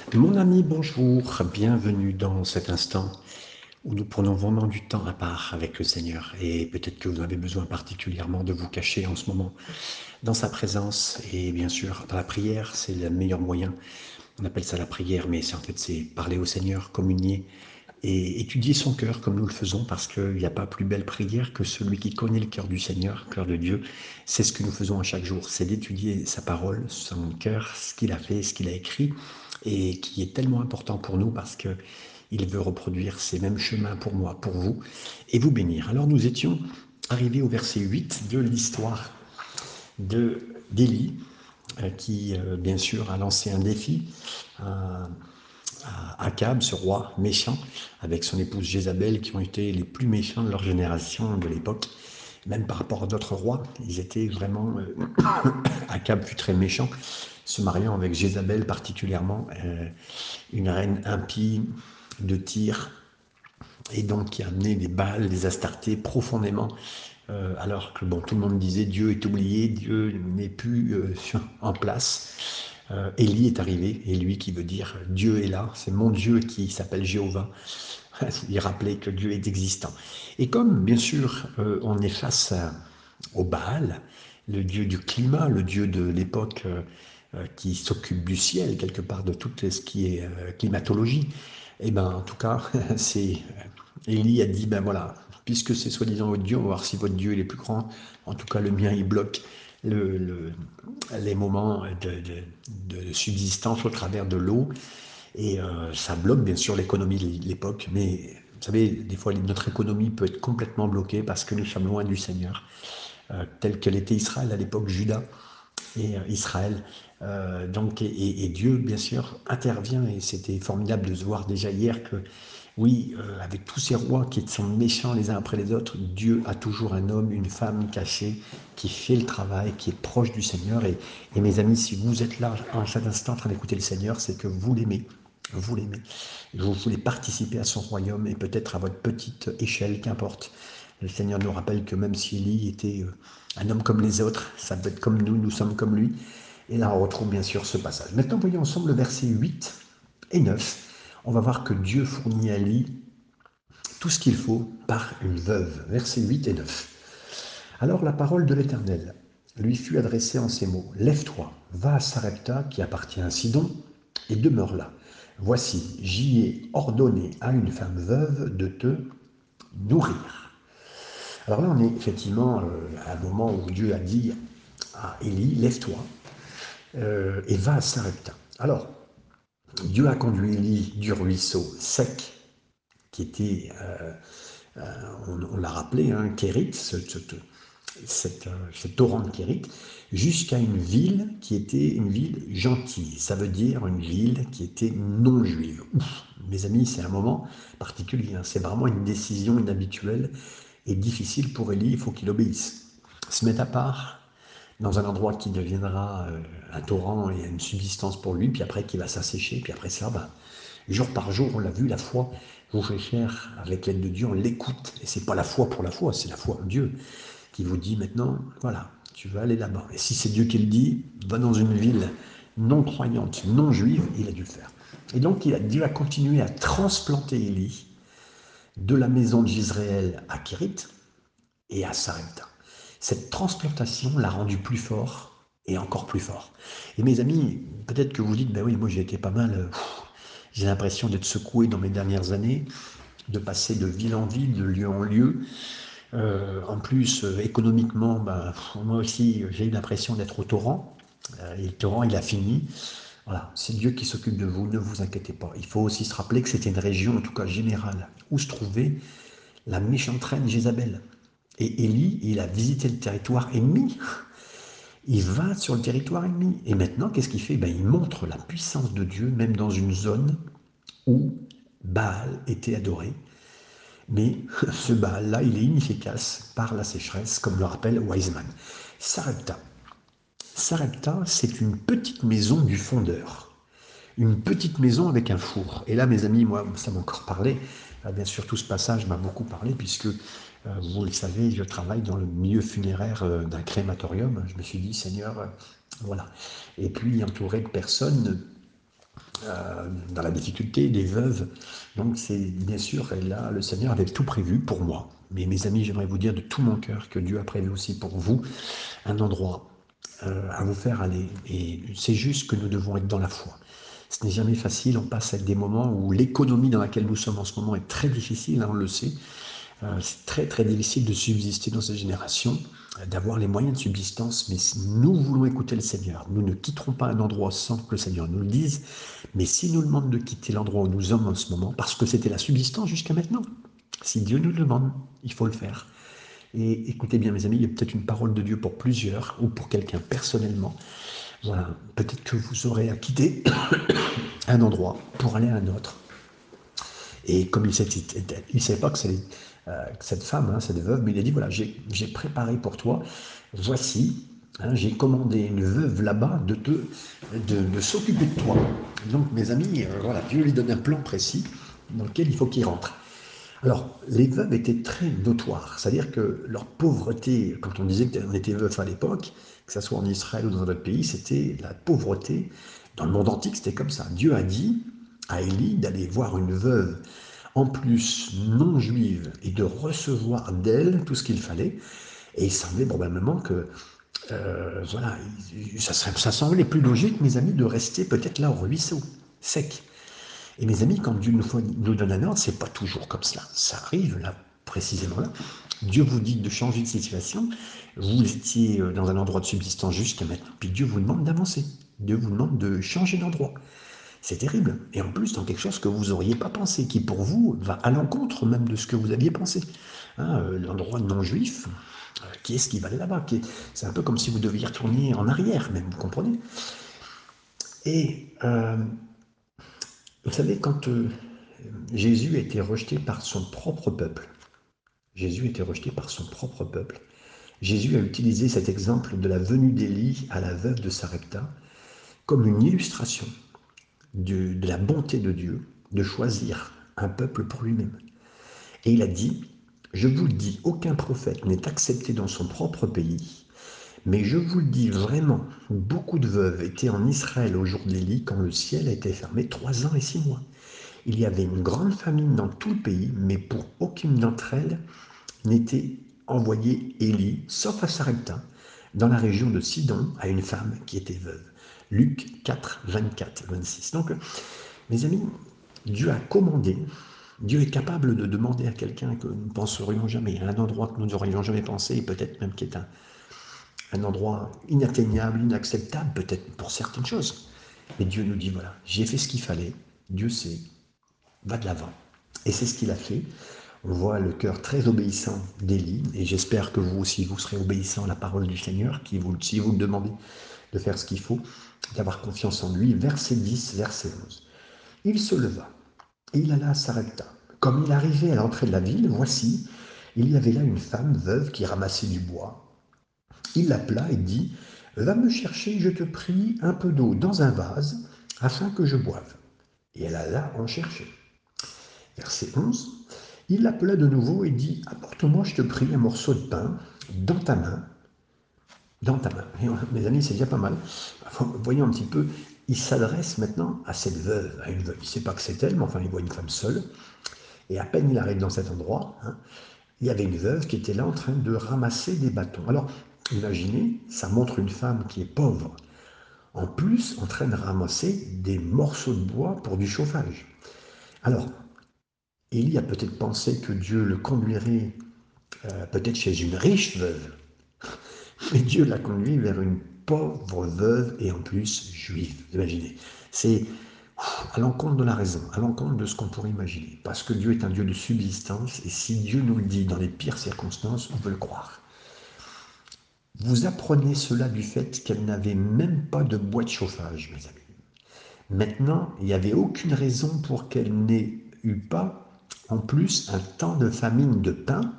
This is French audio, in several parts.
Mon ami, bonjour, bienvenue dans cet instant où nous prenons vraiment du temps à part avec le Seigneur. Et peut-être que vous avez besoin particulièrement de vous cacher en ce moment dans sa présence. Et bien sûr, dans la prière, c'est le meilleur moyen. On appelle ça la prière, mais c'est parler au Seigneur, communier et étudier son cœur comme nous le faisons, parce qu'il n'y a pas plus belle prière que celui qui connaît le cœur du Seigneur, le cœur de Dieu. C'est ce que nous faisons à chaque jour, c'est d'étudier sa parole, son cœur, ce qu'il a fait, ce qu'il a écrit, et qui est tellement important pour nous parce que il veut reproduire ces mêmes chemins pour moi, pour vous, et vous bénir. Alors nous étions arrivés au verset 8 de l'histoire d'Élie, qui bien sûr a lancé un défi à Akab, ce roi méchant, avec son épouse Jézabel, qui ont été les plus méchants de leur génération de l'époque. Même par rapport à d'autres rois, ils étaient vraiment... Akab fut très méchant, se mariant avec Jézabel particulièrement, une reine impie de Tyr, et donc qui a amené des Baals, des Astartés profondément, alors que bon, tout le monde disait Dieu est oublié, Dieu n'est plus en place. Élie est arrivé, et lui qui veut dire Dieu est là, c'est mon Dieu qui s'appelle Jéhovah. Il rappelait que Dieu est existant. Et comme, bien sûr, on est face au Baal, le dieu du climat, le dieu de l'époque qui s'occupe du ciel, quelque part, de tout ce qui est climatologie, et ben en tout cas, c'est Élie a dit, ben voilà, puisque c'est soi-disant votre Dieu, on va voir si votre Dieu il est plus grand. En tout cas, le mien, il bloque le, le, les moments de subsistance au travers de l'eau. Et ça bloque bien sûr l'économie de l'époque, mais vous savez, des fois notre économie peut être complètement bloquée parce que nous sommes loin du Seigneur, tel que l'était Israël à l'époque, Juda et Israël. Et Dieu, bien sûr, intervient et c'était formidable de se voir déjà hier que, oui, avec tous ces rois qui sont méchants les uns après les autres, Dieu a toujours un homme, une femme cachée qui fait le travail, qui est proche du Seigneur. Et mes amis, si vous êtes là en cet instant en train d'écouter le Seigneur, c'est que vous l'aimez. Vous l'aimez. Vous voulez participer à son royaume et peut-être à votre petite échelle, qu'importe. Le Seigneur nous rappelle que même si Élie était un homme comme les autres, ça peut être comme nous sommes comme lui. Et là, on retrouve bien sûr ce passage. Maintenant, voyons ensemble le verset 8 et 9. On va voir que Dieu fournit à Élie tout ce qu'il faut par une veuve. Versets 8 et 9. Alors la parole de l'Éternel lui fut adressée en ces mots. Lève-toi, va à Sarepta qui appartient à Sidon et demeure là. Voici, j'y ai ordonné à une femme veuve de te nourrir. Alors là, on est effectivement à un moment où Dieu a dit à Élie, lève-toi et va à Sarepta. Alors, Dieu a conduit Élie du ruisseau sec, qui était, on l'a rappelé, hein, Kérit, ce torrent de Kérit, jusqu'à une ville qui était une ville gentille. Ça veut dire une ville qui était non juive. Ouf, mes amis, c'est un moment particulier. Hein. C'est vraiment une décision inhabituelle et difficile pour Élie. Il faut qu'il obéisse. Se mettre à part dans un endroit qui deviendra un torrent et une subsistance pour lui, puis après qui va s'assécher, puis après ça, bah, jour par jour, on l'a vu, la foi vous fait faire avec l'aide de Dieu, on l'écoute. Et c'est pas la foi pour la foi, c'est la foi en Dieu qui vous dit maintenant, voilà, tu vas aller là-bas. Et si c'est Dieu qui le dit, va dans une ville non croyante, non juive, il a dû le faire. Et donc Dieu a continué à transplanter Élie de la maison d'Israël à Kérit et à Sarepta. Cette transplantation l'a rendu plus fort et encore plus fort. Et mes amis, peut-être que vous dites, ben oui, moi j'ai été pas mal, j'ai l'impression d'être secoué dans mes dernières années, de passer de ville en ville, de lieu en lieu. En plus, économiquement, ben, moi aussi, j'ai eu l'impression d'être au torrent. Et le torrent, il a fini. Voilà, c'est Dieu qui s'occupe de vous, ne vous inquiétez pas. Il faut aussi se rappeler que c'était une région, en tout cas générale, où se trouvait la méchante reine Jézabel. Et Élie, il a visité le territoire ennemi. Il va sur le territoire ennemi. Et maintenant, qu'est-ce qu'il fait? Ben, il montre la puissance de Dieu, même dans une zone où Baal était adoré. Mais ce Baal-là, il est inefficace par la sécheresse, comme le rappelle Wiseman. Sarepta. Sarepta, c'est une petite maison du fondeur. Une petite maison avec un four. Et là, mes amis, moi, ça m'a encore parlé. Bien sûr, tout ce passage m'a beaucoup parlé, puisque, vous le savez, je travaille dans le milieu funéraire d'un crématorium. Je me suis dit, Seigneur, voilà. Et puis, entouré de personnes dans la difficulté, des veuves. Donc c'est bien sûr, et là, le Seigneur avait tout prévu pour moi. Mais mes amis, j'aimerais vous dire de tout mon cœur que Dieu a prévu aussi pour vous un endroit à vous faire aller. Et c'est juste que nous devons être dans la foi. Ce n'est jamais facile, on passe avec des moments où l'économie dans laquelle nous sommes en ce moment est très difficile, hein, on le sait. C'est très très difficile de subsister dans cette génération, d'avoir les moyens de subsistance, mais si nous voulons écouter le Seigneur, nous ne quitterons pas un endroit sans que le Seigneur nous le dise, mais s'il nous demande de quitter l'endroit où nous sommes en ce moment, parce que c'était la subsistance jusqu'à maintenant, si Dieu nous le demande, il faut le faire. Et écoutez bien mes amis, il y a peut-être une parole de Dieu pour plusieurs, ou pour quelqu'un personnellement. Voilà, peut-être que vous aurez à quitter un endroit pour aller à un autre. Et comme il ne savait pas que cette femme, hein, cette veuve, mais il a dit, voilà, j'ai préparé pour toi, voici, hein, j'ai commandé une veuve là-bas de s'occuper de toi. Donc mes amis, voilà, Dieu lui donne un plan précis dans lequel il faut qu'il rentre. Alors, les veuves étaient très notoires, c'est-à-dire que leur pauvreté, quand on disait qu'on était veuf à l'époque, que ce soit en Israël ou dans un autre pays, c'était la pauvreté. Dans le monde antique, c'était comme ça. Dieu a dit à Élie d'aller voir une veuve, en plus non juive, et de recevoir d'elle tout ce qu'il fallait. Et il semblait probablement que, voilà, ça semblait plus logique, mes amis, de rester peut-être là au ruisseau, sec. Et mes amis, quand Dieu nous donne un ordre, c'est pas toujours comme cela. Ça arrive là, précisément là. Dieu vous dit de changer de situation. Vous étiez dans un endroit de subsistance jusqu'à maintenant, puis Dieu vous demande d'avancer. Dieu vous demande de changer d'endroit. C'est terrible. Et en plus, dans quelque chose que vous n'auriez pas pensé, qui pour vous va à l'encontre même de ce que vous aviez pensé. Hein, l'endroit non juif, qui est-ce qui va aller là-bas? C'est un peu comme si vous deviez retourner en arrière, même, vous comprenez? Et vous savez, quand Jésus a été rejeté par son propre peuple, Jésus a été rejeté par son propre peuple, Jésus a utilisé cet exemple de la venue d'Élie à la veuve de Sarepta comme une illustration de la bonté de Dieu de choisir un peuple pour lui-même. Et il a dit, je vous le dis, aucun prophète n'est accepté dans son propre pays, mais je vous le dis vraiment, beaucoup de veuves étaient en Israël au jour d'Élie quand le ciel a été fermé 3 ans et 6 mois. Il y avait une grande famine dans tout le pays, mais pour aucune d'entre elles n'était envoyé Élie, sauf à Sarepta, dans la région de Sidon, à une femme qui était veuve. Luc 4, 24, 26. Donc, mes amis, Dieu a commandé, Dieu est capable de demander à quelqu'un que nous ne penserions jamais, à un endroit que nous n'aurions jamais pensé, et peut-être même qui est un endroit inatteignable, inacceptable, peut-être pour certaines choses. Mais Dieu nous dit, voilà, j'ai fait ce qu'il fallait, Dieu sait, va de l'avant. Et c'est ce qu'il a fait. On voit le cœur très obéissant d'Élie, et j'espère que vous aussi, vous serez obéissant à la parole du Seigneur, si vous le demandez de faire ce qu'il faut, d'avoir confiance en lui. Verset 10, verset 11. Il se leva, et il alla à Sarepta. Comme il arrivait à l'entrée de la ville, voici, il y avait là une femme veuve qui ramassait du bois. Il l'appela et dit, va me chercher, je te prie, un peu d'eau dans un vase, afin que je boive. Et elle alla en chercher. Verset 11. Il l'appela de nouveau et dit, apporte-moi, je te prie, un morceau de pain dans ta main. Dans ta main. Et mes amis, c'est déjà pas mal. Voyons un petit peu, il s'adresse maintenant à cette veuve, à une veuve. Il ne sait pas que c'est elle, mais enfin, il voit une femme seule. Et à peine il arrive dans cet endroit, hein, il y avait une veuve qui était là en train de ramasser des bâtons. Alors, imaginez, ça montre une femme qui est pauvre, en plus en train de ramasser des morceaux de bois pour du chauffage. Alors, Élie a peut-être pensé que Dieu le conduirait peut-être chez une riche veuve, mais Dieu l'a conduit vers une pauvre veuve et en plus juive. Imaginez, c'est à l'encontre de la raison, à l'encontre de ce qu'on pourrait imaginer, parce que Dieu est un Dieu de subsistance, et si Dieu nous le dit dans les pires circonstances, on veut le croire. Vous apprenez cela du fait qu'elle n'avait même pas de bois de chauffage, mes amis. Maintenant, il n'y avait aucune raison pour qu'elle n'ait eu pas, en plus, un temps de famine de pain,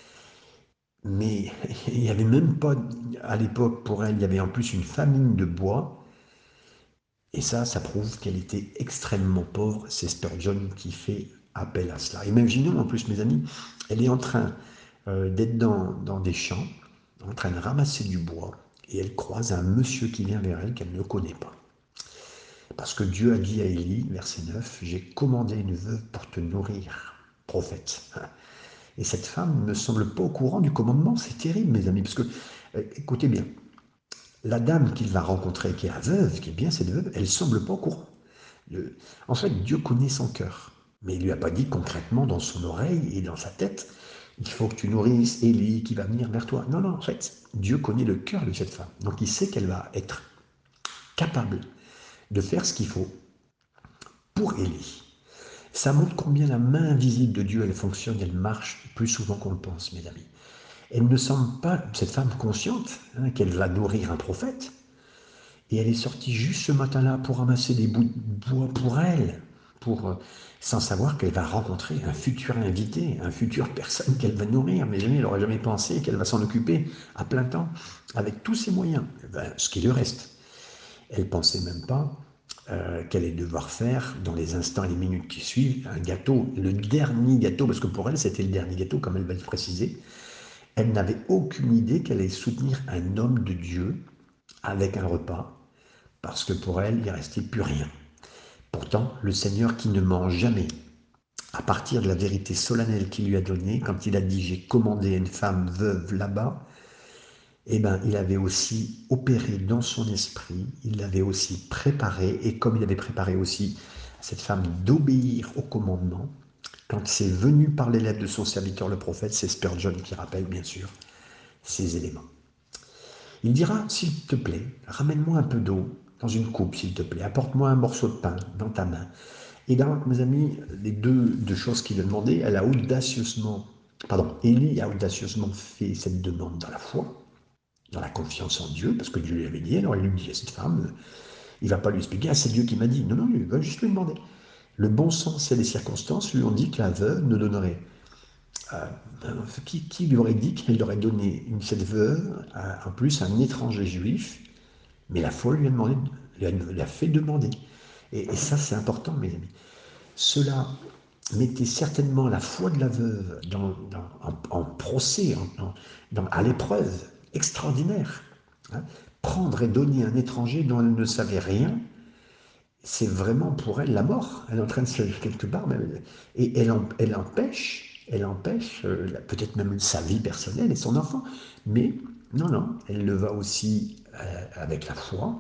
mais il n'y avait même pas, à l'époque, pour elle, il y avait en plus une famine de bois, et ça prouve qu'elle était extrêmement pauvre. C'est Spurgeon qui fait appel à cela. Imaginons en plus, mes amis, elle est en train d'être dans des champs, en train de ramasser du bois, et elle croise un monsieur qui vient vers elle qu'elle ne connaît pas. Parce que Dieu a dit à Élie, verset 9, « J'ai commandé une veuve pour te nourrir, prophète. » Et cette femme ne semble pas au courant du commandement. C'est terrible, mes amis, parce que, écoutez bien, la dame qu'il va rencontrer, qui est la veuve, qui est bien cette veuve, elle ne semble pas au courant. En fait, Dieu connaît son cœur. Mais il ne lui a pas dit concrètement dans son oreille et dans sa tête, il faut que tu nourrisses Élie qui va venir vers toi. Non, non, en fait, Dieu connaît le cœur de cette femme. Donc il sait qu'elle va être capable de faire ce qu'il faut pour Élie. Ça montre combien la main invisible de Dieu, elle fonctionne, elle marche plus souvent qu'on le pense, mes amis. Elle ne semble pas, cette femme consciente, qu'elle va nourrir un prophète. Et elle est sortie juste ce matin-là pour ramasser des bouts de bois pour elle, sans savoir qu'elle va rencontrer un futur invité, une future personne qu'elle va nourrir. Mais jamais, elle n'aurait jamais pensé qu'elle va s'en occuper à plein temps, avec tous ses moyens, ce qui lui reste. Elle ne pensait même pas qu'elle allait devoir faire, dans les instants et les minutes qui suivent, un gâteau, le dernier gâteau, parce que pour elle, c'était le dernier gâteau, comme elle va le préciser. Elle n'avait aucune idée qu'elle allait soutenir un homme de Dieu avec un repas, parce que pour elle, il ne restait plus rien. Pourtant, le Seigneur qui ne ment jamais, à partir de la vérité solennelle qu'il lui a donnée, quand il a dit « j'ai commandé une femme veuve là-bas », eh bien, il avait aussi opéré dans son esprit, il l'avait aussi préparé, et comme il avait préparé aussi cette femme d'obéir au commandement, quand c'est venu par les lèvres de son serviteur le prophète, c'est Spurgeon qui rappelle bien sûr ces éléments. Il dira, s'il te plaît, ramène-moi un peu d'eau dans une coupe, s'il te plaît, apporte-moi un morceau de pain dans ta main. Et là, mes amis, les deux choses qu'il a demandé, Élie a audacieusement fait cette demande dans la foi, dans la confiance en Dieu, parce que Dieu lui avait dit, alors il lui dit à cette femme, il ne va pas lui expliquer, ah c'est Dieu qui m'a dit, non, non, il va juste lui demander. Le bon sens et les circonstances lui ont dit que la veuve ne donnerait. Qui lui aurait dit qu'elle aurait donné cette veuve, en plus, à un étranger juif, mais la foi lui a demandé, lui a fait demander. Et ça, c'est important, mes amis. Cela mettait certainement la foi de la veuve en procès, à l'épreuve extraordinaire. Hein. Prendre et donner à un étranger dont elle ne savait rien, c'est vraiment pour elle la mort. Elle est en train de se quelque part, et elle empêche peut-être même sa vie personnelle et son enfant. Mais non, non, elle le va aussi avec la foi.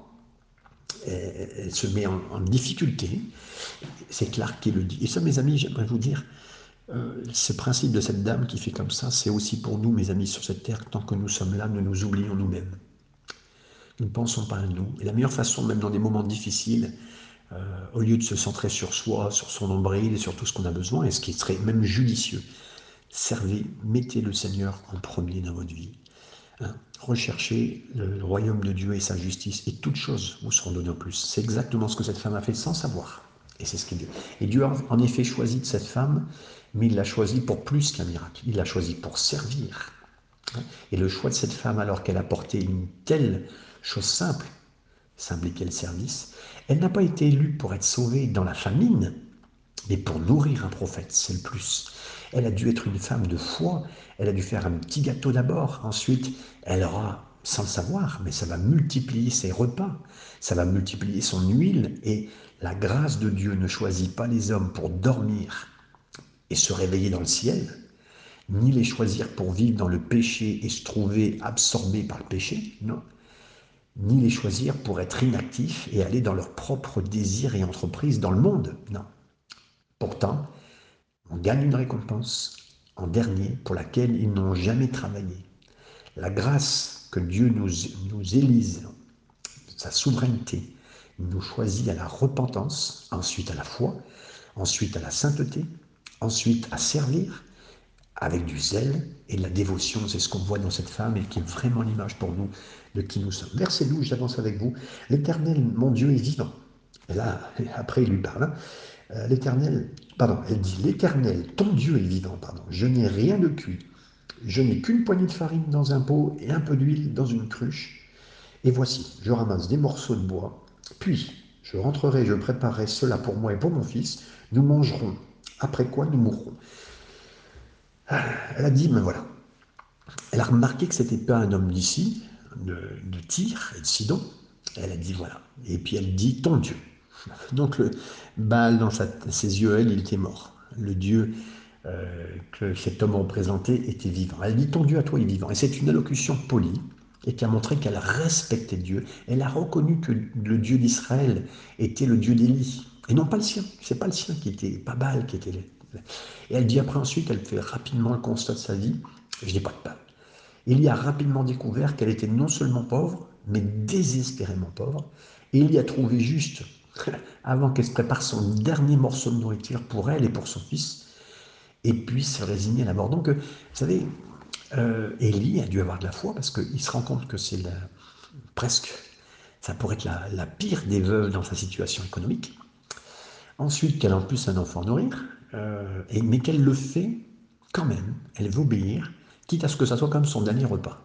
Elle se met en difficulté. C'est Clark qui le dit. Et ça, mes amis, j'aimerais vous dire, ce principe de cette dame qui fait comme ça, c'est aussi pour nous, mes amis, sur cette terre, tant que nous sommes là, nous nous oublions nous-mêmes. Nous ne pensons pas à nous. Et la meilleure façon, même dans des moments difficiles, au lieu de se centrer sur soi, sur son nombril et sur tout ce qu'on a besoin, et ce qui serait même judicieux, servez, mettez le Seigneur en premier dans votre vie. Hein. Recherchez le royaume de Dieu et sa justice, et toutes choses vous seront données en plus. C'est exactement ce que cette femme a fait sans savoir. Et c'est ce qu'il dit. Et Dieu a en effet choisi de cette femme, mais il l'a choisie pour plus qu'un miracle. Il l'a choisie pour servir. Et le choix de cette femme, alors qu'elle a porté une telle chose simple, s'impliquer le service, elle n'a pas été élue pour être sauvée dans la famine, mais pour nourrir un prophète, c'est le plus. Elle a dû être une femme de foi, elle a dû faire un petit gâteau d'abord, ensuite elle aura, sans le savoir, mais ça va multiplier ses repas, ça va multiplier son huile, et la grâce de Dieu ne choisit pas les hommes pour dormir et se réveiller dans le ciel, ni les choisir pour vivre dans le péché et se trouver absorbés par le péché, non, ni les choisir pour être inactifs et aller dans leurs propres désirs et entreprises dans le monde, non. Pourtant, on gagne une récompense en dernier pour laquelle ils n'ont jamais travaillé. La grâce que Dieu nous élise, sa souveraineté, nous choisit à la repentance, ensuite à la foi, ensuite à la sainteté, ensuite à servir avec du zèle et de la dévotion. C'est ce qu'on voit dans cette femme et qui est vraiment l'image pour nous de qui nous sommes. Verset 12, j'avance avec vous. L'Éternel, mon Dieu, est vivant. Et là, après, il lui parle. Elle dit, l'Éternel, ton Dieu est vivant, je n'ai rien de cuit. Je n'ai qu'une poignée de farine dans un pot et un peu d'huile dans une cruche. Et voici, je ramasse des morceaux de bois. Puis, je rentrerai, je préparerai cela pour moi et pour mon fils. Nous mangerons, après quoi nous mourrons. Elle a dit, mais voilà. Elle a remarqué que ce n'était pas un homme d'ici, de Tyr et de Sidon. Elle a dit, voilà. Et puis elle dit, ton Dieu. Donc le Baal, dans ses yeux, il était mort. Le Dieu que cet homme représentait était vivant. Elle dit, ton Dieu à toi est vivant. Et c'est une allocution polie et qui a montré qu'elle respectait Dieu. Elle a reconnu que le Dieu d'Israël était le Dieu d'Élie, et non pas le sien. C'est pas le sien qui était, pas Baal qui était. Et elle dit après ensuite, elle fait rapidement le constat de sa vie, je n'ai pas de Baal. Élie a rapidement découvert qu'elle était non seulement pauvre, mais désespérément pauvre. Et il y a trouvé juste, avant qu'elle se prépare son dernier morceau de nourriture pour elle et pour son fils, et puis se résigner à la mort. Donc, vous savez, Élie a dû avoir de la foi parce qu'il se rend compte que c'est presque, ça pourrait être la pire des veuves dans sa situation économique. Ensuite, qu'elle a en plus un enfant à nourrir, mais qu'elle le fait quand même. Elle veut obéir, quitte à ce que ça soit comme son dernier repas.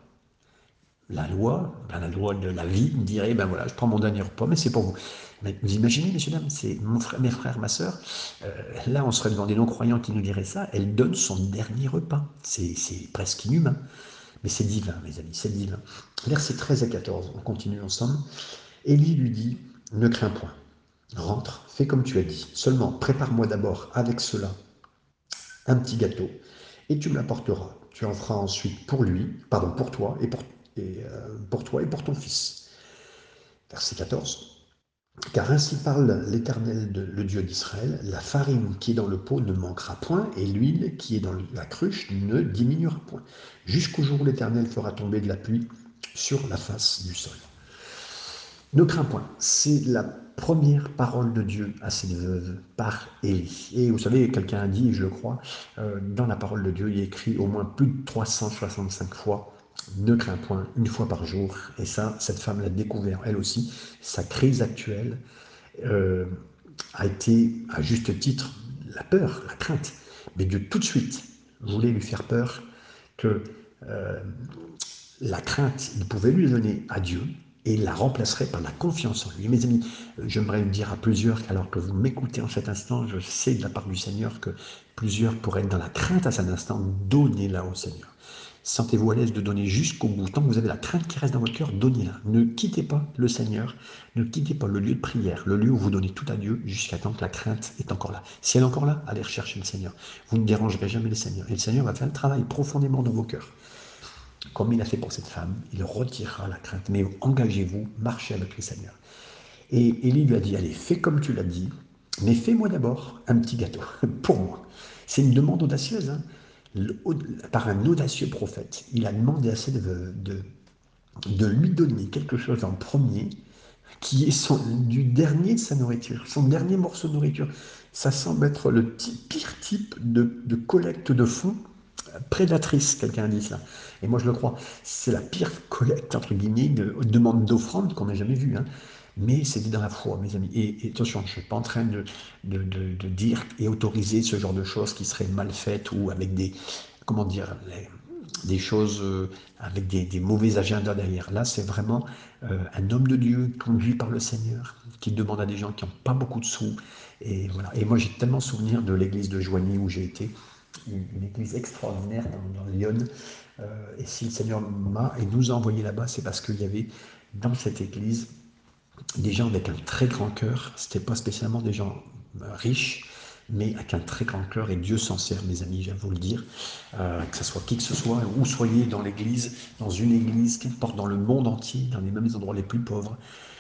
La loi de la vie dirait, ben voilà, je prends mon dernier repas, mais c'est pour vous. Mais vous imaginez, messieurs, dames, c'est mes frères, ma soeur, là on serait devant des non-croyants qui nous diraient ça, elle donne son dernier repas. C'est presque inhumain, mais c'est divin, mes amis, c'est divin. Versets 13 à 14, on continue ensemble. Élie lui dit, ne crains point, rentre, fais comme tu as dit, seulement prépare-moi d'abord avec cela un petit gâteau, et tu me l'apporteras. Tu en feras ensuite pour lui, pardon, pour toi pour toi et pour ton fils. Verset 14. Car ainsi parle l'Éternel, le Dieu d'Israël, la farine qui est dans le pot ne manquera point, et l'huile qui est dans la cruche ne diminuera point, jusqu'au jour où l'Éternel fera tomber de la pluie sur la face du sol. Ne crains point, c'est la première parole de Dieu à cette veuve par Élie. Et vous savez, quelqu'un a dit, et je le crois, dans la parole de Dieu, il est écrit au moins plus de 365 fois, ne crains point, une fois par jour. Et ça, cette femme l'a découvert, elle aussi. Sa crise actuelle euh, a été, à juste titre, la peur, la crainte. Mais Dieu, tout de suite, voulait lui faire peur que la crainte, il pouvait lui donner à Dieu et il la remplacerait par la confiance en lui. Mes amis, j'aimerais le dire à plusieurs, alors que vous m'écoutez en cet instant, je sais de la part du Seigneur que plusieurs pourraient être dans la crainte à cet instant, donnez-la au Seigneur. Sentez-vous à l'aise de donner jusqu'au bout. Tant que vous avez la crainte qui reste dans votre cœur, donnez-la. Ne quittez pas le Seigneur, ne quittez pas le lieu de prière, le lieu où vous donnez tout à Dieu jusqu'à temps que la crainte est encore là. Si elle est encore là, allez rechercher le Seigneur. Vous ne dérangerez jamais le Seigneur. Et le Seigneur va faire le travail profondément dans vos cœurs. Comme il a fait pour cette femme, il retirera la crainte. Mais engagez-vous, marchez avec le Seigneur. Et Élie lui a dit, allez, fais comme tu l'as dit, mais fais-moi d'abord un petit gâteau, pour moi. C'est une demande audacieuse, hein. Par un audacieux prophète. Il a demandé à cette veuve de lui donner quelque chose en premier, qui est du dernier de sa nourriture, son dernier morceau de nourriture. Ça semble être le pire type de collecte de fonds prédatrice, quelqu'un a dit ça. Et moi je le crois. C'est la pire collecte, entre guillemets, de demande d'offrande qu'on ait jamais vue. Hein. Mais c'est dit dans la foi, mes amis. Et attention, je ne suis pas en train de dire et autoriser ce genre de choses qui seraient mal faites ou avec des, comment dire, des choses avec des mauvais agendas derrière. Là, c'est vraiment un homme de Dieu conduit par le Seigneur qui demande à des gens qui n'ont pas beaucoup de sous. Et voilà. Et moi, j'ai tellement souvenir de l'église de Joigny où j'ai été, une église extraordinaire dans Lyon. Et si le Seigneur m'a et nous a envoyés là-bas, c'est parce qu'il y avait dans cette église des gens avec un très grand cœur. C'était pas spécialement des gens riches, mais avec un très grand cœur. Et Dieu s'en sert, mes amis, je viens vous le dire. Que ce soit qui que ce soit, où soyez dans l'église, dans une église, qu'importe dans le monde entier, dans les mêmes endroits les plus pauvres.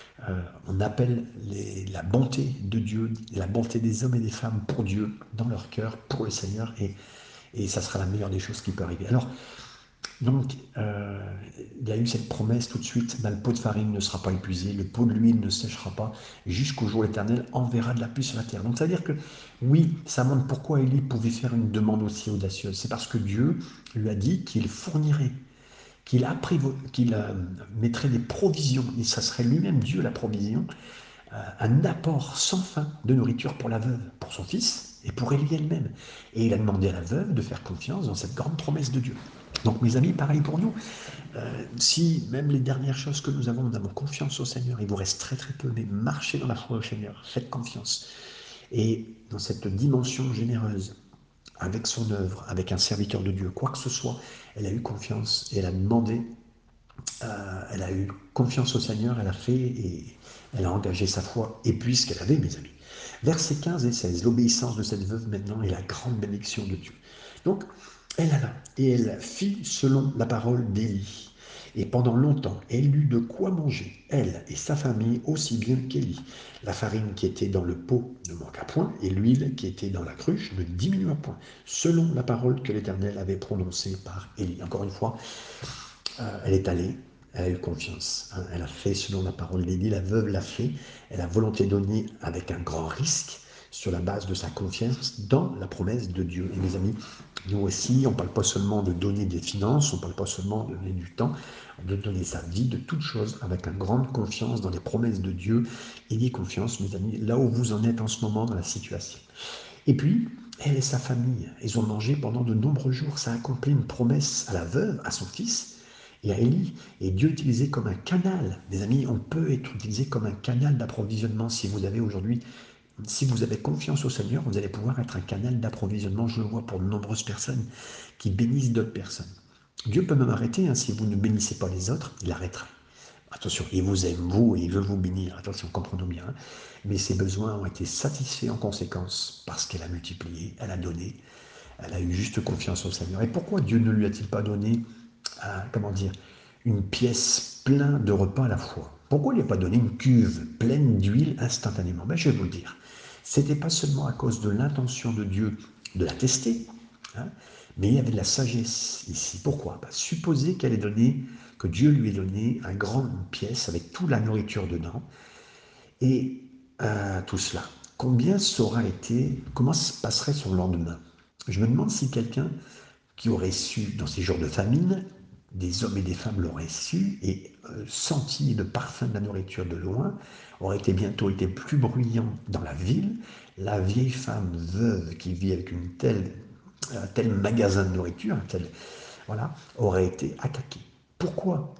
On appelle la bonté de Dieu, la bonté des hommes et des femmes pour Dieu, dans leur cœur, pour le Seigneur, et ça sera la meilleure des choses qui peut arriver. Alors, donc, il y a eu cette promesse tout de suite, ben, le pot de farine ne sera pas épuisé, le pot de l'huile ne séchera pas, jusqu'au jour où l'Éternel enverra de la pluie sur la terre. Donc, ça veut dire que, oui, ça montre pourquoi Élie pouvait faire une demande aussi audacieuse. C'est parce que Dieu lui a dit qu'il fournirait, qu'il mettrait des provisions, et ça serait lui-même Dieu la provision, un apport sans fin de nourriture pour la veuve, pour son fils et pour Élie elle-même. Et il a demandé à la veuve de faire confiance dans cette grande promesse de Dieu. Donc mes amis, pareil pour nous. Si même les dernières choses que nous avons confiance au Seigneur, il vous reste très très peu, mais marchez dans la foi au Seigneur, faites confiance. Et dans cette dimension généreuse, avec son œuvre, avec un serviteur de Dieu, quoi que ce soit, elle a eu confiance et elle a demandé elle a eu confiance au Seigneur, elle a fait et elle a engagé sa foi et puis ce qu'elle avait, mes amis. Versets 15 et 16, l'obéissance de cette veuve maintenant est la grande bénédiction de Dieu. Donc, elle alla et elle fit selon la parole d'Élie. Et pendant longtemps, elle eut de quoi manger, elle et sa famille, aussi bien qu'Élie. La farine qui était dans le pot ne manqua point, et l'huile qui était dans la cruche ne diminua point, selon la parole que l'Éternel avait prononcée par Élie. Encore une fois, elle est allée, elle a eu confiance, hein, elle a fait selon la parole d'Élie, la veuve l'a fait, elle a volonté donnée avec un grand risque sur la base de sa confiance dans la promesse de Dieu. Et mes amis, nous aussi, on ne parle pas seulement de donner des finances, on ne parle pas seulement de donner du temps, de donner sa vie, de toute chose avec une grande confiance dans les promesses de Dieu. Ayez confiance, mes amis, là où vous en êtes en ce moment dans la situation. Et puis, elle et sa famille, ils ont mangé pendant de nombreux jours. Ça a accompli une promesse à la veuve, à son fils et à Élie. Et Dieu utilisé comme un canal. Mes amis, on peut être utilisé comme un canal d'approvisionnement. Si vous avez aujourd'hui, si vous avez confiance au Seigneur, vous allez pouvoir être un canal d'approvisionnement. Je le vois pour de nombreuses personnes qui bénissent d'autres personnes. Dieu peut même arrêter, hein, si vous ne bénissez pas les autres, il arrêtera. Attention, il vous aime vous et il veut vous bénir, attention, comprenons bien. Hein. Mais ses besoins ont été satisfaits en conséquence parce qu'elle a multiplié, elle a donné, elle a eu juste confiance au Seigneur. Et pourquoi Dieu ne lui a-t-il pas donné, comment dire, une pièce pleine de repas à la fois? Pourquoi il lui a pas donné une cuve pleine d'huile instantanément? Ben, je vais vous le dire. C'était pas seulement à cause de l'intention de Dieu de la tester, hein, mais il y avait de la sagesse ici. Pourquoi? Supposer qu'elle ait donné, que Dieu lui ait donné une grande pièce avec toute la nourriture dedans, et tout cela. Combien ça aura été, comment se passerait son lendemain? Je me demande si quelqu'un qui aurait su, dans ces jours de famine, des hommes et des femmes l'auraient su et senti le parfum de la nourriture de loin, aurait été bientôt été plus bruyant dans la ville. La vieille femme veuve qui vit avec un tel magasin de nourriture, voilà, aurait été attaquée. Pourquoi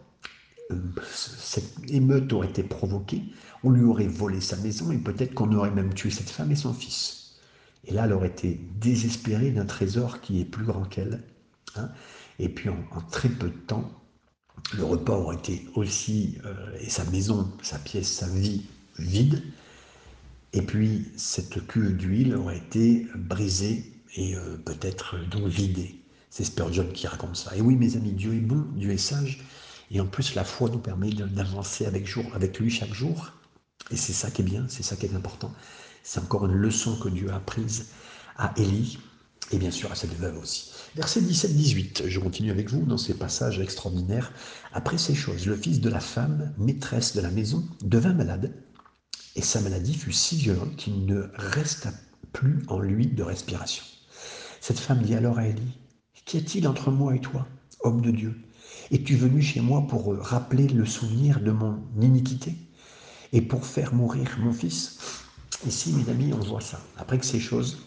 cette émeute aurait été provoquée? On lui aurait volé sa maison et peut-être qu'on aurait même tué cette femme et son fils. Et là, elle aurait été désespérée d'un trésor qui est plus grand qu'elle. Hein. Et puis en très peu de temps, le repas aurait été aussi, et sa maison, sa pièce, sa vie vide. Et puis cette cuve d'huile aurait été brisée et peut-être donc vidée. C'est Spurgeon qui raconte ça. Et oui, mes amis, Dieu est bon, Dieu est sage. Et en plus, la foi nous permet d'avancer avec lui chaque jour. Et c'est ça qui est bien, c'est ça qui est important. C'est encore une leçon que Dieu a apprise à Élie et bien sûr à cette veuve aussi. Verset 17-18, je continue avec vous dans ces passages extraordinaires. Après ces choses, le fils de la femme, maîtresse de la maison, devint malade et sa maladie fut si violente qu'il ne resta plus en lui de respiration. Cette femme dit alors à Élie, qu'y a-t-il entre moi et toi, homme de Dieu? Es-tu venu chez moi pour rappeler le souvenir de mon iniquité et pour faire mourir mon fils? Ici, mes amis, on voit ça. Après que ces choses,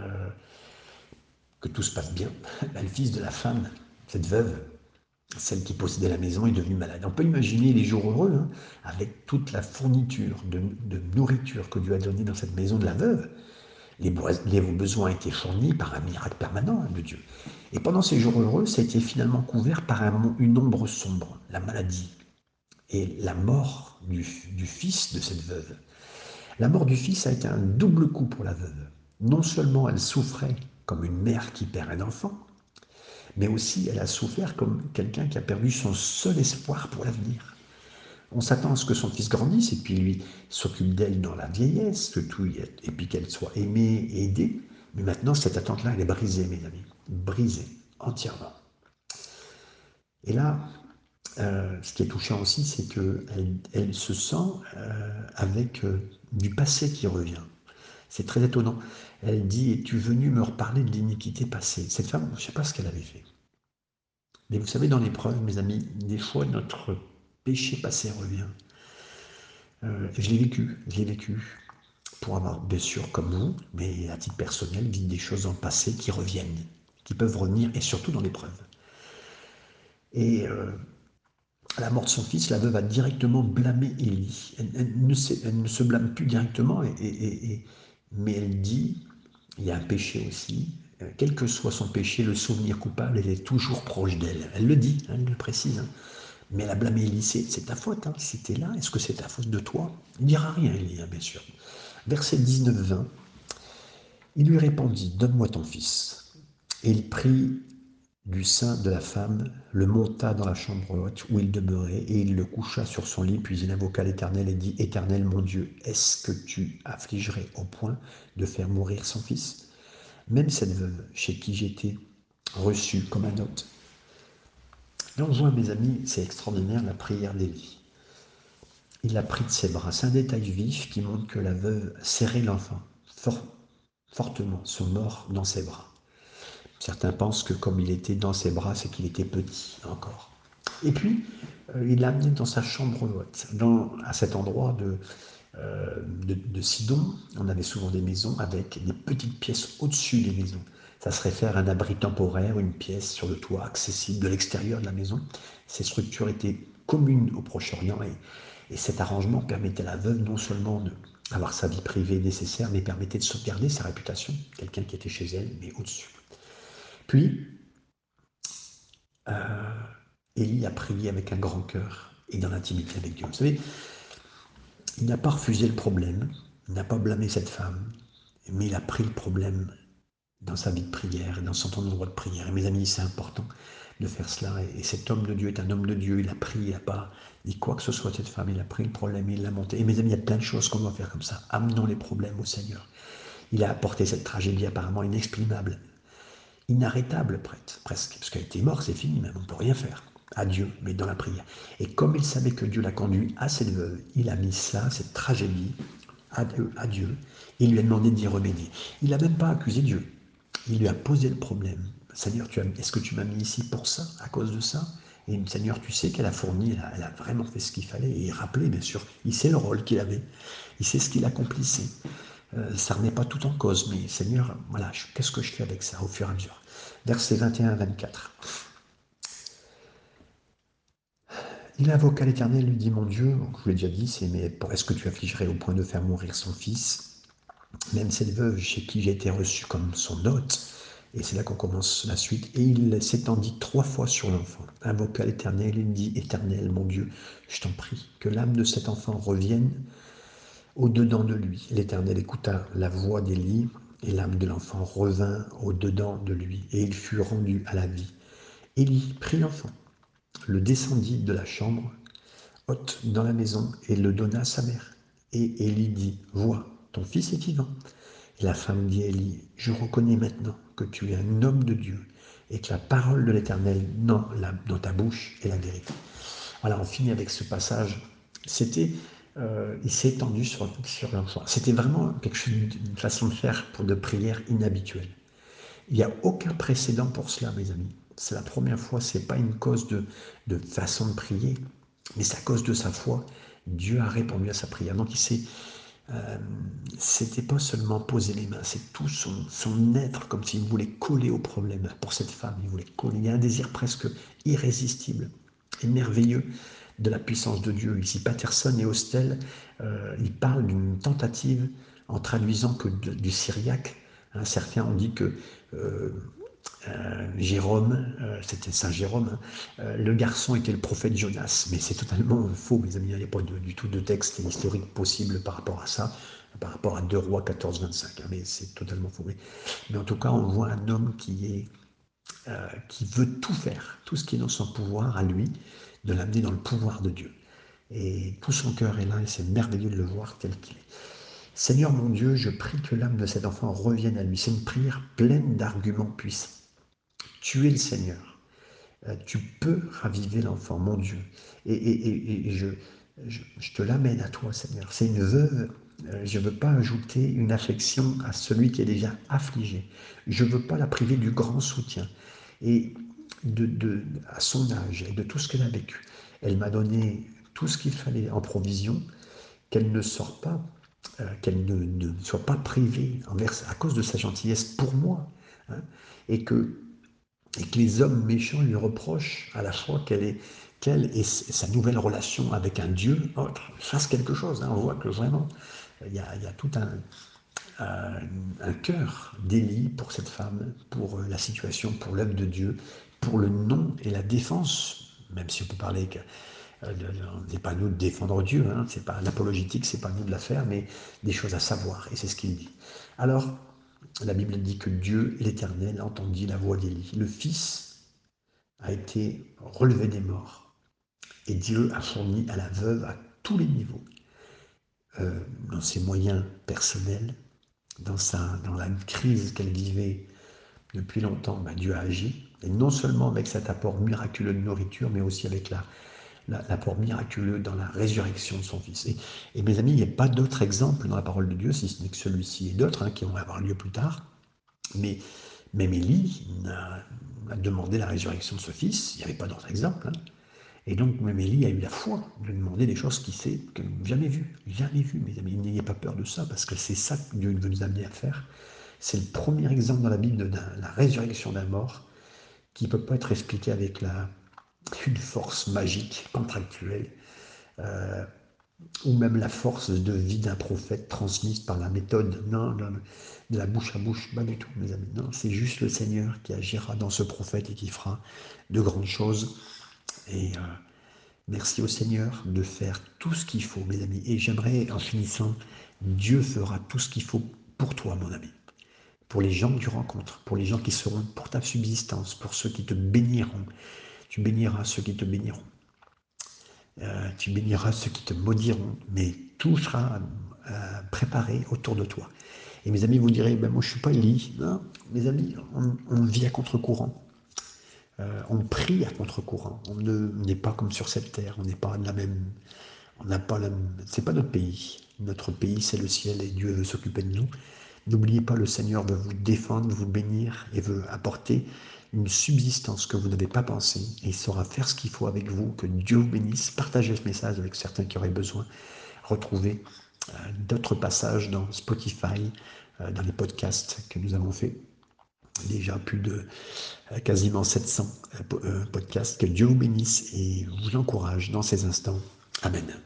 que tout se passe bien, le fils de la femme, cette veuve, celle qui possédait la maison, est devenue malade. On peut imaginer les jours heureux, hein, avec toute la fourniture de nourriture que Dieu a donnée dans cette maison de la veuve. Les besoins étaient fournis par un miracle permanent, hein, de Dieu. Et pendant ces jours heureux, ça a été finalement couvert par une ombre sombre, la maladie et la mort du fils de cette veuve. La mort du fils a été un double coup pour la veuve. Non seulement elle souffrait comme une mère qui perd un enfant, mais aussi elle a souffert comme quelqu'un qui a perdu son seul espoir pour l'avenir. On s'attend à ce que son fils grandisse et puis lui s'occupe d'elle dans la vieillesse, et puis qu'elle soit aimée et aidée. Mais maintenant, cette attente-là, elle est brisée, mes amis. Brisée, entièrement. Et là, ce qui est touchant aussi, c'est qu'elle se sent avec du passé qui revient. C'est très étonnant. Elle dit, es-tu venu me reparler de l'iniquité passée? Cette femme, je ne sais pas ce qu'elle avait fait. Mais vous savez, dans l'épreuve, mes amis, des fois, notre péché passé revient. Je l'ai vécu, pour avoir, bien sûr, comme vous, mais à titre personnel, vivre des choses dans le passé qui reviennent, qui peuvent revenir, et surtout dans l'épreuve. Et à la mort de son fils, la veuve a directement blâmé Élie. Elle ne se blâme plus directement, mais elle dit, il y a un péché aussi, quel que soit son péché, le souvenir coupable, elle est toujours proche d'elle. Elle le dit, elle le précise. Hein. Mais elle a blâmé Élie, c'est ta faute, hein, si tu es là, est-ce que c'est ta faute de toi? Il ne dira rien, Élie, hein, bien sûr. Verset 19-20, il lui répondit, donne-moi ton fils. Et il prit du sein de la femme, le monta dans la chambre haute où il demeurait, et il le coucha sur son lit, puis il invoqua l'Éternel et dit, Éternel mon Dieu, est-ce que tu affligerais au point de faire mourir son fils? Même cette veuve, chez qui j'étais reçu comme un hôte. Là on voit, mes amis, c'est extraordinaire, la prière d'Élie. Il l'a pris de ses bras. C'est un détail vif qui montre que la veuve serrait l'enfant fortement, son mort, dans ses bras. Certains pensent que comme il était dans ses bras, c'est qu'il était petit encore. Et puis, il l'a amené dans sa chambre haute, à cet endroit de Sidon. On avait souvent des maisons avec des petites pièces au-dessus des maisons. Ça se réfère à un abri temporaire, une pièce sur le toit accessible de l'extérieur de la maison. Ces structures étaient communes au Proche-Orient et cet arrangement permettait à la veuve non seulement d'avoir sa vie privée nécessaire, mais permettait de sauvegarder sa réputation, quelqu'un qui était chez elle, mais au-dessus. Puis, Élie a prié avec un grand cœur et dans l'intimité avec Dieu. Vous savez, il n'a pas refusé le problème, il n'a pas blâmé cette femme, mais il a pris le problème dans sa vie de prière, dans son endroit de prière. Et mes amis, c'est important de faire cela. Et cet homme de Dieu est un homme de Dieu. Il a pris, il n'a pas dit quoi que ce soit de cette femme. Il a pris le problème et il l'a monté. Et mes amis, il y a plein de choses qu'on doit faire comme ça. Amenons les problèmes au Seigneur. Il a apporté cette tragédie apparemment inexprimable, inarrêtable presque, parce qu'elle était morte, c'est fini, même on ne peut rien faire. À Dieu, mais dans la prière. Et comme il savait que Dieu l'a conduit à cette veuve, il a mis cela, cette tragédie, à Dieu, et il lui a demandé d'y remédier. Il n'a même pas accusé Dieu. Il lui a posé le problème. Seigneur, est-ce que tu m'as mis ici pour ça, à cause de ça? Et Seigneur, tu sais qu'elle a fourni, elle a vraiment fait ce qu'il fallait. Et rappelé, bien sûr, il sait le rôle qu'il avait. Il sait ce qu'il accomplissait. Ça ne remet pas tout en cause, mais Seigneur, voilà, qu'est-ce que je fais avec ça au fur et à mesure? Versets 21 à 24. Il invoqua l'Éternel, lui dit, mon Dieu, je vous l'ai déjà dit, mais est-ce que tu affligerais au point de faire mourir son fils? Même cette veuve chez qui j'ai été reçu comme son hôte. Et c'est là qu'on commence la suite. Et il s'étendit 3 fois sur l'enfant, invoqua l'Éternel, il dit, Éternel, mon Dieu, je t'en prie, que l'âme de cet enfant revienne au-dedans de lui. L'Éternel écouta la voix d'Élie, et l'âme de l'enfant revint au-dedans de lui, et il fut rendu à la vie. Élie prit l'enfant, le descendit de la chambre haute dans la maison, et le donna à sa mère. Et Élie dit, vois, ton fils est vivant. Et la femme dit à Élie, je reconnais maintenant que tu es un homme de Dieu, et que la parole de l'Éternel dans ta bouche est la vérité. Voilà, on finit avec ce passage. Il s'est étendu sur l'enfant. C'était vraiment quelque chose, une façon de faire de prière inhabituelle. Il n'y a aucun précédent pour cela, mes amis. C'est la première fois, ce n'est pas une cause de façon de prier, mais c'est à cause de sa foi. Dieu a répondu à sa prière. Donc c'était pas seulement poser les mains, c'est tout son être, comme s'il voulait coller au problème. Pour cette femme, il voulait coller. Il y a un désir presque irrésistible et merveilleux de la puissance de Dieu. Ici, Patterson et Hostel, ils parlent d'une tentative en traduisant que du syriaque. Hein, certains ont dit que Jérôme, c'était Saint Jérôme, hein, le garçon était le prophète Jonas, mais c'est totalement faux, mes amis, il n'y a pas du tout de texte historique possible par rapport à ça, par rapport à 2 Rois 14, 25, hein, mais c'est totalement faux. Mais en tout cas, on voit un homme qui veut tout faire, tout ce qui est dans son pouvoir à lui, de l'amener dans le pouvoir de Dieu. Et tout son cœur est là, et c'est merveilleux de le voir tel qu'il est. Seigneur mon Dieu, je prie que l'âme de cet enfant revienne à lui. C'est une prière pleine d'arguments puissants. Tu es le Seigneur. Tu peux raviver l'enfant, mon Dieu. Et je te l'amène à toi, Seigneur. C'est une veuve. Je ne veux pas ajouter une affection à celui qui est déjà affligé. Je ne veux pas la priver du grand soutien. Et à son âge et de tout ce qu'elle a vécu, elle m'a donné tout ce qu'il fallait en provision, qu'elle ne sorte pas, qu'elle ne soit pas privée à cause de sa gentillesse pour moi. Hein, et que les hommes méchants lui reprochent à la fois qu'elle et sa nouvelle relation avec un Dieu autre fassent quelque chose. Hein. On voit que vraiment, il y a tout un cœur d'Élie pour cette femme, pour la situation, pour l'œuvre de Dieu, pour le nom et la défense même si on peut parler que n'est pas à nous de défendre Dieu, hein, c'est pas l'apologétique, c'est pas à nous de la faire, mais des choses à savoir, et c'est ce qu'il dit. Alors, la Bible dit que Dieu, l'Éternel, entendit la voix d'Élie. Le Fils a été relevé des morts, et Dieu a fourni à la veuve à tous les niveaux, dans ses moyens personnels, dans la crise qu'elle vivait depuis longtemps, Dieu a agi, et non seulement avec cet apport miraculeux de nourriture, mais aussi avec l'apport miraculeux dans la résurrection de son Fils. Et mes amis, il n'y a pas d'autre exemple dans la parole de Dieu, si ce n'est que celui-ci et d'autres qui vont avoir lieu plus tard. Mais même Élie a demandé la résurrection de ce Fils, il n'y avait pas d'autre exemple. Et donc même Élie a eu la foi de demander des choses qu'il sait que jamais vues, mes amis. N'ayez pas peur de ça, parce que c'est ça que Dieu veut nous amener à faire. C'est le premier exemple dans la Bible de la résurrection d'un mort qui ne peut pas être expliqué avec une force magique, contractuelle, ou même la force de vie d'un prophète transmise par la méthode, non, de la bouche à bouche, pas du tout, mes amis. Non, c'est juste le Seigneur qui agira dans ce prophète et qui fera de grandes choses. Et merci au Seigneur de faire tout ce qu'il faut, mes amis. Et j'aimerais, en finissant, Dieu fera tout ce qu'il faut pour toi, mon ami. Pour les gens que tu rencontres, pour les gens qui seront pour ta subsistance, pour ceux qui te béniront. Tu béniras ceux qui te béniront. Tu béniras ceux qui te maudiront, mais tout sera préparé autour de toi. Et mes amis, vous direz, moi je ne suis pas Élie. Non, mes amis, on vit à contre-courant. On prie à contre-courant. On n'est pas comme sur cette terre. On n'est pas de la même. On n'a pas la. C'est pas notre pays. Notre pays, c'est le ciel et Dieu veut s'occuper de nous. N'oubliez pas, le Seigneur veut vous défendre, vous bénir et veut apporter une subsistance que vous n'avez pas pensé, et il saura faire ce qu'il faut avec vous. Que Dieu vous bénisse. Partagez ce message avec certains qui auraient besoin. Retrouvez d'autres passages dans Spotify, dans les podcasts que nous avons fait. Déjà plus de quasiment 700 podcasts. Que Dieu vous bénisse et vous encourage dans ces instants. Amen.